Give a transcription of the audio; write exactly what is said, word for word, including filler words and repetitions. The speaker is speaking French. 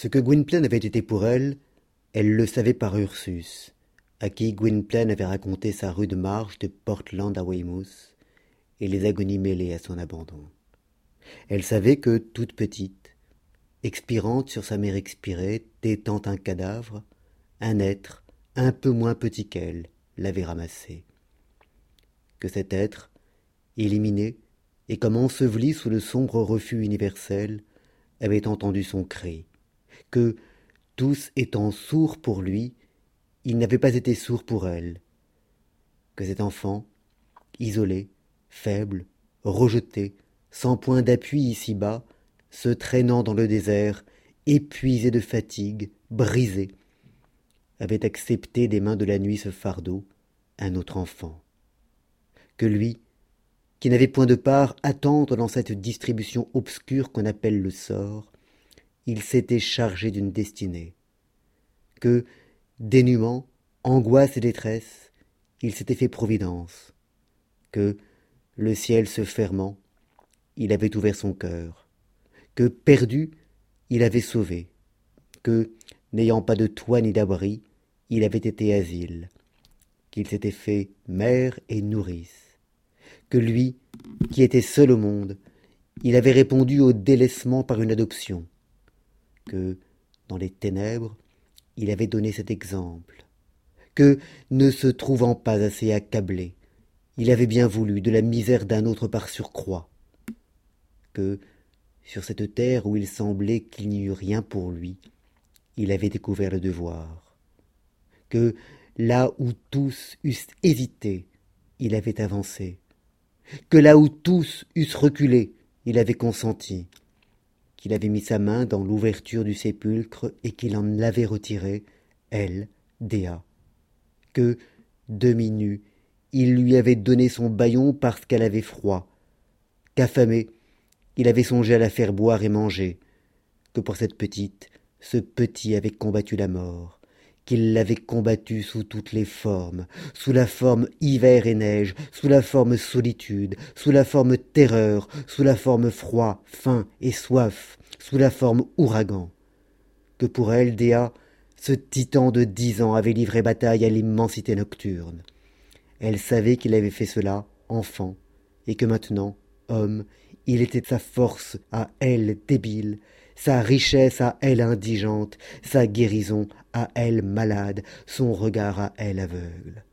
Ce que Gwynplaine avait été pour elle, elle le savait par Ursus, à qui Gwynplaine avait raconté sa rude marche de Portland à Weymouth, et les agonies mêlées à son abandon. Elle savait que, toute petite, expirante sur sa mère expirée, tétant un cadavre, un être, un peu moins petit qu'elle, l'avait ramassée. Que cet être, éliminé, et comme enseveli sous le sombre refus universel, avait entendu son cri, que, tous étant sourds pour lui, il n'avait pas été sourd pour elle, que cet enfant, isolé, faible, rejeté, sans point d'appui ici-bas, se traînant dans le désert, épuisé de fatigue, brisé, avait accepté des mains de la nuit ce fardeau, un autre enfant. Que lui, qui n'avait point de part à tendre dans cette distribution obscure qu'on appelle le sort, il s'était chargé d'une destinée. Que, dénûment, angoisse et détresse, il s'était fait providence. Que, le ciel se fermant, il avait ouvert son cœur. Que, perdu, il avait sauvé. Que, n'ayant pas de toit ni d'abri, il avait été asile. Qu'il s'était fait mère et nourrice. Que lui, qui était seul au monde, il avait répondu au délaissement par une adoption. Que, dans les ténèbres, il avait donné cet exemple. Que, ne se trouvant pas assez accablé, il avait bien voulu de la misère d'un autre par surcroît. Que, sur cette terre où il semblait qu'il n'y eût rien pour lui, il avait découvert le devoir. Que, là où tous eussent hésité, il avait avancé. Que là où tous eussent reculé, il avait consenti. Qu'il avait mis sa main dans l'ouverture du sépulcre et qu'il en l'avait retirée, elle, Dea. Que, demi-nue, il lui avait donné son bâillon parce qu'elle avait froid. Qu'affamé, il avait songé à la faire boire et manger. Que pour cette petite, ce petit avait combattu la mort. Qu'il l'avait combattue sous toutes les formes, sous la forme hiver et neige, sous la forme solitude, sous la forme terreur, sous la forme froid, faim et soif, sous la forme ouragan. Que pour elle, Dea, ce titan de dix ans avait livré bataille à l'immensité nocturne. Elle savait qu'il avait fait cela, enfant, et que maintenant, homme, il était sa force à elle débile, sa richesse à elle indigente, sa guérison à elle malade, son regard à elle aveugle.